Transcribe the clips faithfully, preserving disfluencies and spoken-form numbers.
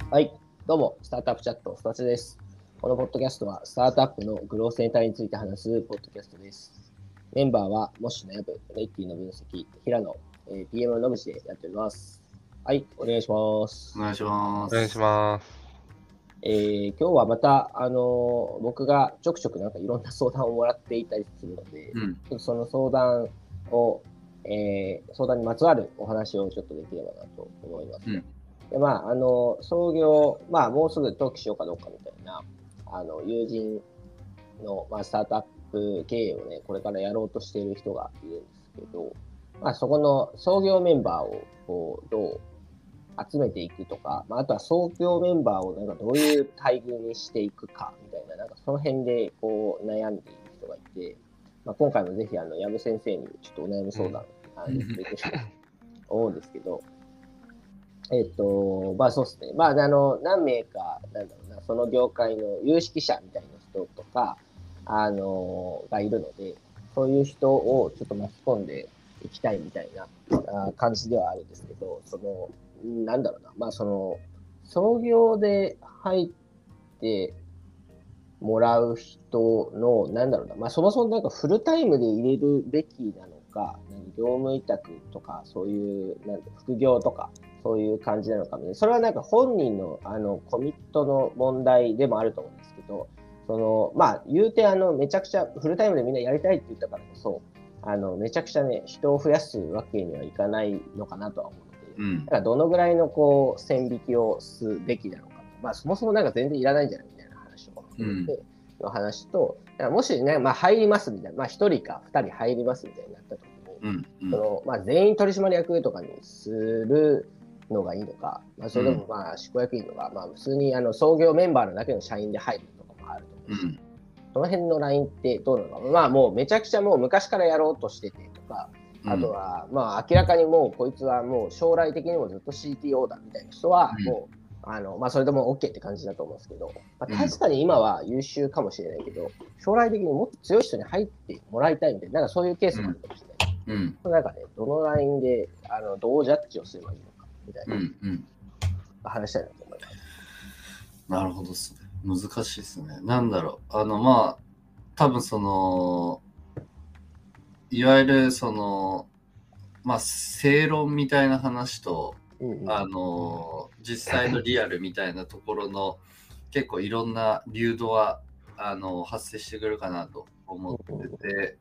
はい、どうも、スタートアップチャット、スタチです。このポッドキャストは、スタートアップのグロースネタについて話すポッドキャストです。メンバーは、モッシュのヤブ、レイティの分析、平野、えー、ピーエム の野口でやっております。はい、お願いします。 お願いします。 お願いします。 えー、今日はまた、あのー、僕がちょくちょくなんかいろんな相談をもらっていたりするので、 うん、 ちょっとその相談を、えー、相談にまつわるお話をちょっとできればなと思います。うんでまあ、あの創業、まあ、もうすぐ登記しようかどうかみたいなあの友人の、まあ、スタートアップ経営をねこれからやろうとしている人がいるんですけど、まあ、そこの創業メンバーをこうどう集めていくとか、まあ、あとは創業メンバーをなんかどういう待遇にしていくかみたいな、なんかその辺でこう悩んでいる人がいて、まあ、今回もぜひあの藪先生にちょっとお悩み相談、うん、できると思うんですけど。えっと、まあそうですね。まあ、あの、何名か、なんだろうな、その業界の有識者みたいな人とか、あの、がいるので、そういう人をちょっと巻き込んでいきたいみたいな感じではあるんですけど、その、なんだろうな、まあその、創業で入ってもらう人の、なんだろうな、まあそもそもなんかフルタイムで入れるべきなのか、業務委託とか、そういう、なん副業とか、そういう感じなのかもね。それはなんか本人のあのコミットの問題でもあると思うんですけど、そのまあ言うてあのめちゃくちゃフルタイムでみんなやりたいって言ったからこそ、あのめちゃくちゃね人を増やすわけにはいかないのかなとは思うので、うん、だからどのぐらいのこう線引きをすべきなのか、まあそもそもなんか全然いらないんじゃないみたいな話を含めての話と、うん、もしねまあ入りますみたいな、まあ一人か二人入りますみたいになった時に、うんうん、そのまあ全員取締役とかにするのがいいのか、まあ、それでもまあ執行役員のが、まあ、普通にあの創業メンバーのだけの社員で入るとかもあると思うし、うん、その辺のラインってどうなのか、まあもうめちゃくちゃもう昔からやろうとしててとか、あとはまあ明らかにもうこいつはもう将来的にもずっと シーティーオー だみたいな人はもう、うん、あのまあそれでも OK って感じだと思うんですけど、まあ、確かに今は優秀かもしれないけど、将来的にもっと強い人に入ってもらいたいみたいな、なんかそういうケースもあるかもしれない。うんうん、なんかね、どのラインであのどうジャッジをすればいいのかみたいな、うんうん、話したいなと思います。 なるほどですね。難しいですね。なんだろう。あの、まあ、多分その、いわゆるその、まあ、正論みたいな話と、うんうん、あの、実際のリアルみたいなところの結構いろんな流動はあの発生してくるかなと思ってて、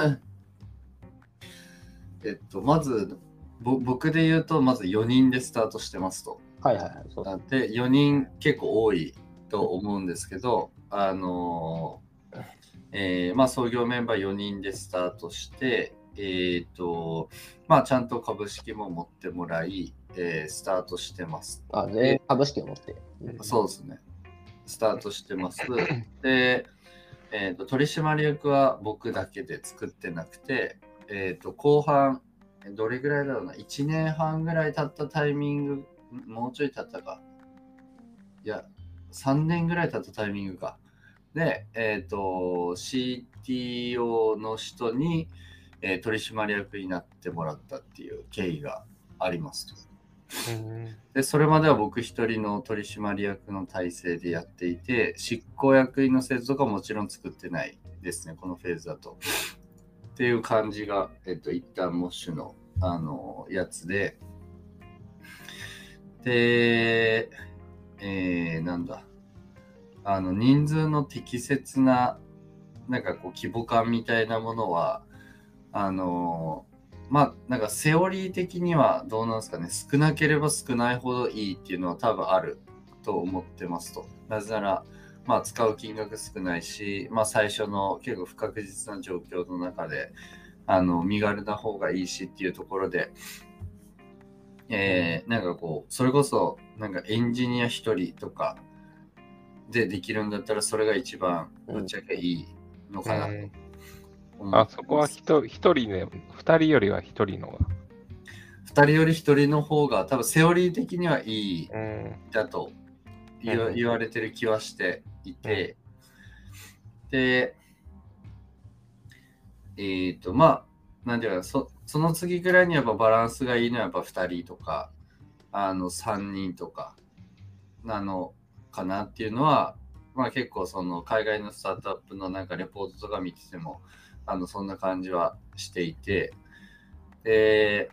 えっと、まず、僕で言うと、まずよにんでスタートしてますと。 はいはいはい。 そうで、よにん結構多いと思うんですけど、あの、えー、まあ創業メンバーよにんでスタートして、えっと、まあちゃんと株式も持ってもらい、えー、スタートしてます。 あ、全員株式を持って。 そうですね。スタートしてます。で、えーと、取締役は僕だけで作ってなくて、えーと、後半、どれぐらいだろうな、いちねんはんぐらい経ったタイミング、もうちょい経ったか。いや、さんねんぐらい経ったタイミングか。で、えっと、シーティーオー の人に、えー、取締役になってもらったっていう経緯がありますと。で、それまでは僕一人の取締役の体制でやっていて、執行役員の制度とかもちろん作ってないですね、このフェーズだと。っていう感じが、えっと、一旦モッシュの、あの、やつで、で、えー、なんだ、あの、人数の適切な、なんかこう、規模感みたいなものは、あの、まあ、なんかセオリー的にはどうなんですかね、少なければ少ないほどいいっていうのは多分あると思ってますと。なぜなら、まあ、使う金額少ないし、まあ、最初の結構不確実な状況の中で、あの、身軽な方がいいしっていうところで、えー、なんかこう、それこそ、なんかエンジニア一人とかでできるんだったら、それが一番ぶっちゃけいいのかなと。 うん、あ、そこは一人で、二人よりは一人のが。 二人より一人の方が多分セオリー的にはいいだと言わ、うん、言われてる気はしていて、うん、で、えっ、ー、と、まあ、なんていうか、そ、その次ぐらいにやっぱバランスがいいのはやっぱ二人とか、あの、三人とか、 なのかなっていうのは、まあ、結構その海外のスタートアップのなんかレポートとか見ててもあのそんな感じはしていて、で、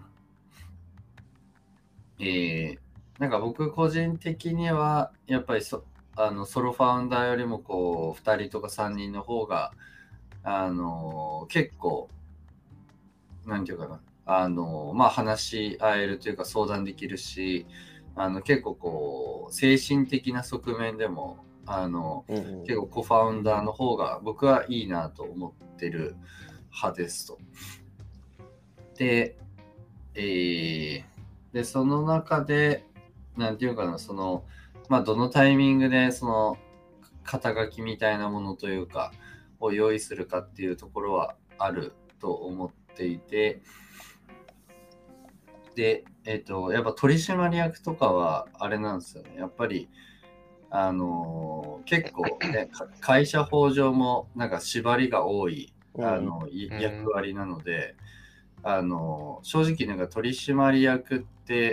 えー、なんか僕個人的にはやっぱりそあのソロファウンダーよりもこうふたりとかさんにんの方があの結構なんていうかなあのまあ話し合えるというか相談できるし、あの結構こう精神的な側面でもあの、うんうん、結構コファウンダーの方が僕はいいなと思ってる派ですと。で、えー、でその中でなんていうかなそのまあどのタイミングでその肩書きみたいなものというかを用意するかっていうところはあると思っていて、で、えっと、やっぱ取締役とかはあれなんですよね。やっぱり、あのー、結構、ね、会社法上もなんか縛りが多い、あの、うん、役割なので、あのー、正直なんか取締役って、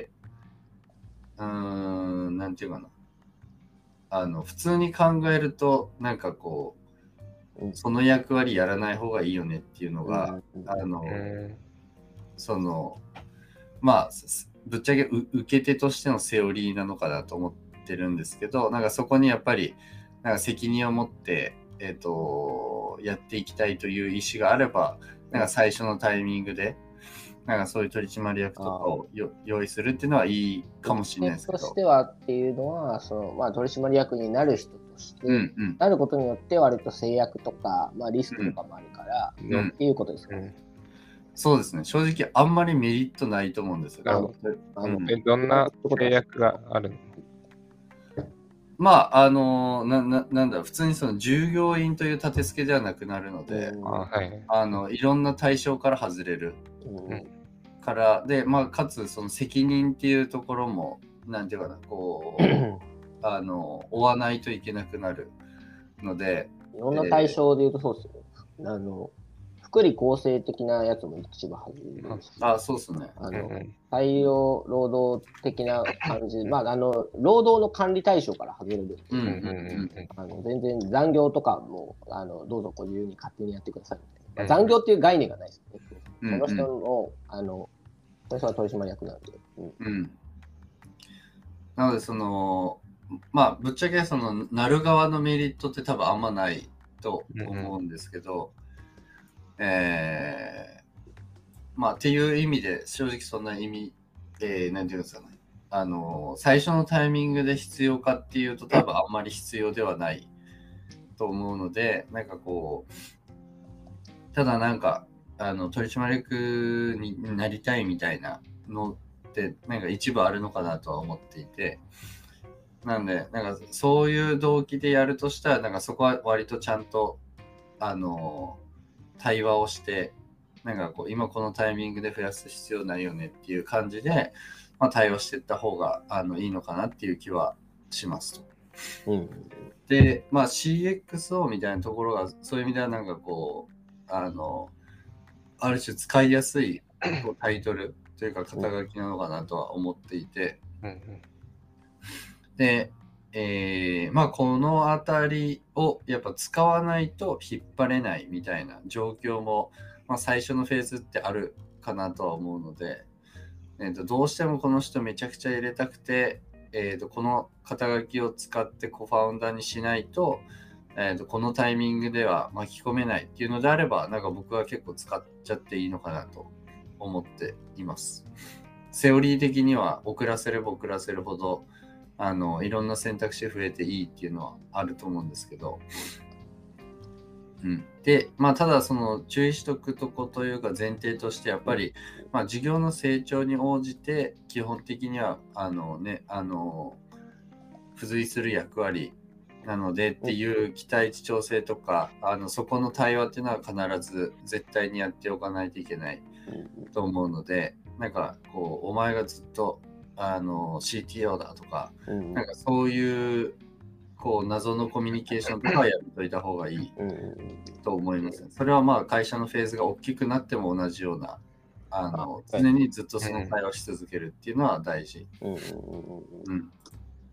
うーん、なんていうかな。あの、普通に考えると、なんかこう、その役割やらない方がいいよねっていうのが、あの、その、まあ、ぶっちゃけ受け手としてのセオリーなのかなと思ってるんですけど、なんかそこにやっぱりなんか責任を持って、えーと、やっていきたいという意思があれば、なんか最初のタイミングで、なんかそういう取締役とかを用意するっていうのはいいかもしれないですけど。 としてはっていうのは、そのまあ、取締役になる人として、うんうん、なることによって割と制約とか、まあ、リスクとかもあるから、うん、っていうことですかね。 うんそうですね。正直あんまりメリットないと思うんですよ。 ああのえどんな制約があるの？ まあ、あのな、な、なんだ、普通にその従業員という立て付けではなくなるので、 あ、はい、 あの、いろんな対象から外れる。うん、から、で、まあ、かつその責任っていうところも、なんていうかな、こう、あの、追わないといけなくなるので。 いろんな対象で言うとそうですよね。えー、あの福利厚生的なやつも一部外れるし、 あ、そうですね。 あの採用労働的な感じ、まあ、あの労働の管理対象から外れるんですけど、うんうんうん、あの全然残業とかもあのどうぞご自由に勝手にやってくださいみたいな、まあ、残業っていう概念がないですよね。うんうん、その人の、あのその人は取締役なんで。うんうん、 なのでそのまあぶっちゃけそのなる側のメリットって多分あんまないと思うんですけど、うんうん、えー、まあっていう意味で正直そんな意味、えー、なんていうんですかね、あの最初のタイミングで必要かっていうと多分あんまり必要ではないと思うので、なんかこうただなんかあの取締役になりたいみたいなのってなんか一部あるのかなとは思っていて、なんでなんかそういう動機でやるとしたらなんかそこは割とちゃんとあの対話をしてなんかこう今このタイミングで増やす必要ないよねっていう感じで、まあ、対応していった方があのいいのかなっていう気はしますと。うん、で、まあ、シーエックスオー みたいなところがそういう意味ではなんかこうあのある種使いやすいタイトルというか肩書きなのかなとは思っていて、うんうん、で、えー、まあこのあたりをやっぱ使わないと引っ張れないみたいな状況も、まあ、最初のフェーズってあるかなとは思うので、えーと、どうしてもこの人めちゃくちゃ入れたくて、えーと、この肩書きを使ってコファウンダーにしないと、えーと、このタイミングでは巻き込めないっていうのであれば、なんか僕は結構使っちゃっていいのかなと思っています。セオリー的には遅らせれば遅らせるほどあのいろんな選択肢増えていいっていうのはあると思うんですけど、うん、で、まあ、ただその注意しとくとこというか前提としてやっぱり、まあ、事業の成長に応じて基本的にはあのねあの付随する役割なのでっていう期待値調整とかあのそこの対話っていうのは必ず絶対にやっておかないといけないと思うので、なんかこうお前がずっとあの シーティーオー だとか、うん、なんかそういうこう謎のコミュニケーションとかはやっといた方がいいと思います、ね。それはまあ会社のフェーズが大きくなっても同じようなあの常にずっとその会話をし続けるっていうのは大事。うんうん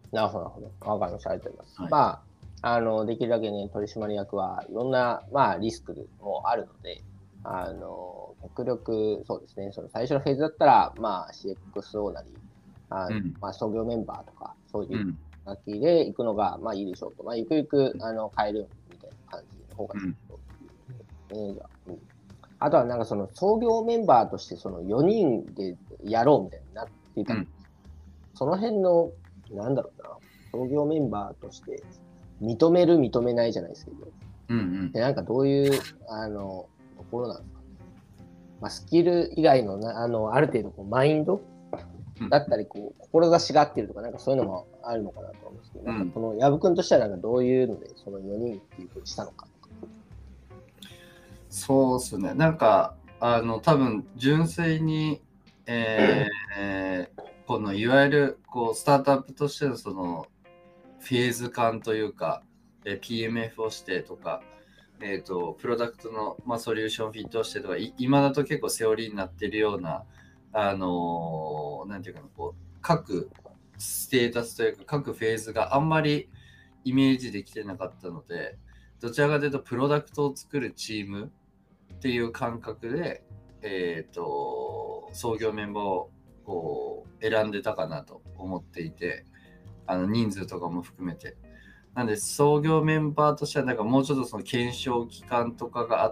なるほど、なるほど。わかりました。ありがとうございます。 はい、 まあ、あの、できるだけね、取締役はいろんな、まあ、リスクもあるので、あの、極力、そうですね、その最初のフェーズだったら、まあ、シーエックスオー なり、あうんまあ、創業メンバーとか、そういううん楽器で行くのが、まあ、いいでしょうと。まあ、ゆくゆく、あの、変えるみたいな感じの方がいいという、ねうん。あとは、なんかその、創業メンバーとして、そのよにんでやろうみたいになっていた、うん、その辺の、なんだろうな、創業メンバーとして認める認めないじゃないですけど、 うんうん、 でなんかどういうあのところなんですかね。まあ、スキル以外のなあのある程度こうマインドだったりこう志が合ってるとかなんかそういうのもあるのかなと思うんですけど、うん、なんかその薮君としてはなんかどういうのでそのよにんっていうふうにしたのか。 そうですね。なんかあの多分純粋に、えー、このいわゆるこうスタートアップとしてのそのフェーズ感というか、えー、ピーエムエフ をしてとか、えーと、プロダクトの、まあ、ソリューションフィットをしてとか、今だと結構セオリーになっているような、あのー、なんていうかな、こう、各ステータスというか、各フェーズがあんまりイメージできてなかったので、どちらかというと、プロダクトを作るチームっていう感覚で、えーと、創業メンバーをこう選んでたかなと思っていて、あの人数とかも含めて。なんで創業メンバーとしてはなんかもうちょっとその検証期間とかがあって、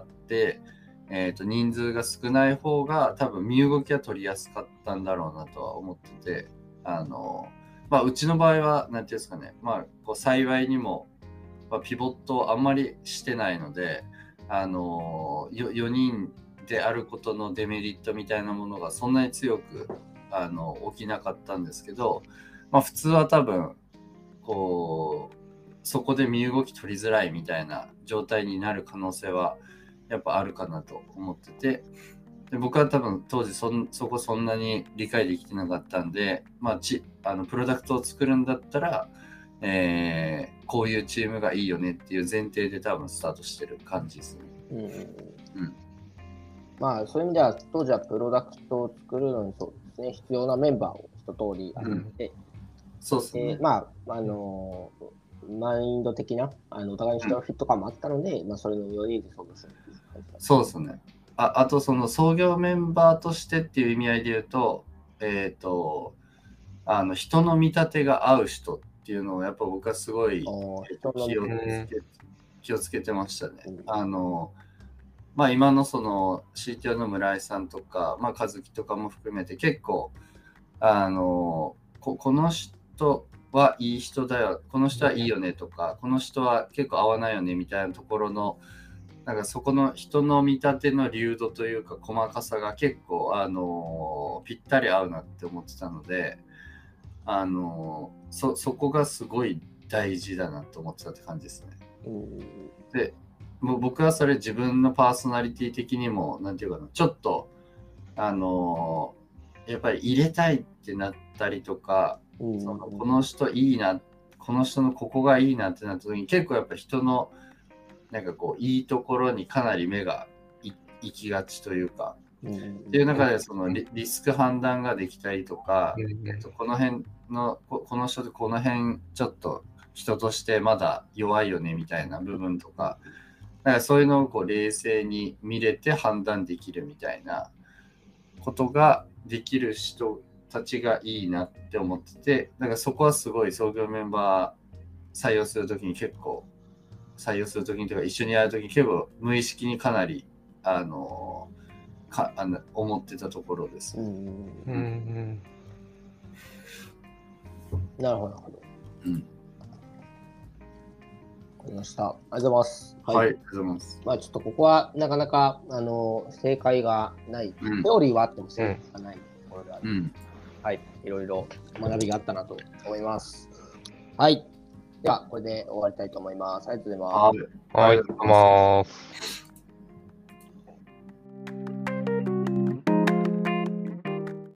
えー、と人数が少ない方が多分身動きは取りやすかったんだろうなとは思ってて、あの、まあ、うちの場合は何ていうんですかね、まあ、こう幸いにも、まあ、ピボットをあんまりしてないので、あの 4, よにんであることのデメリットみたいなものがそんなに強くあの起きなかったんですけど、まあ、普通は多分こうそこで身動き取りづらいみたいな状態になる可能性はやっぱあるかなと思ってて、で僕は多分当時 そ, そこそんなに理解できてなかったんで、まあ、ちあのプロダクトを作るんだったら、えー、こういうチームがいいよねっていう前提で多分スタートしてる感じですね。うんうんうん、まあそういう意味では当時はプロダクトを作るのにそうですね、必要なメンバーを一通りあって、うん、 そうですね。 まああのーマインド的なあのお互いの人のフィット感もあったので、うん、まあ、それのよにんでそうですね。 そうですね。あ, あとその創業メンバーとしてっていう意味合いで言うと、えっ、ー、とあの人の見立てが合う人っていうのをやっぱ僕はすごい気をつけ、気をつけてましたね。うん、あのまあ今のその シーティーオー の村井さんとか、まあ和樹とかも含めて結構あの こ, この人はいい人だよ、この人はいいよねとか、この人は結構合わないよねみたいなところのなんかそこの人の見立ての流度というか細かさが結構あのぴったり合うなって思ってたので、あの そ, そこがすごい大事だなと思ってたって感じですね。でもう僕はそれ自分のパーソナリティ的にもなんていうかな、ちょっとあのやっぱり入れたいってなったりとか、そのこの人いいな、この人のここがいいなってなった時に結構やっぱ人のなんかこういいところにかなり目がい行きがちというか、うん、っていう中でその リ, リスク判断ができたりとか、うんえっと、この辺の こ, この人でこの辺ちょっと人としてまだ弱いよねみたいな部分とか、なんかそういうのをこう冷静に見れて判断できるみたいなことができる人たちがいいなって思ってて、なんかそこはすごい創業メンバー採用するときに結構採用するときにというか一緒にやるときに結構無意識にかなりあのかあの思ってたところです。うんうんうん、 なるほど、なるほど。うん。わかりました。ありがとうございます。 はい、はい、ありがとうございます。 まあちょっとここはなかなかあの正解がない、うん、テオリーはあっても正解がないところである、うん。はい、いろいろ学びがあったなと思います。はい。では、これで終わりたいと思います。ありがとうございます。 はい、ありがとうございます。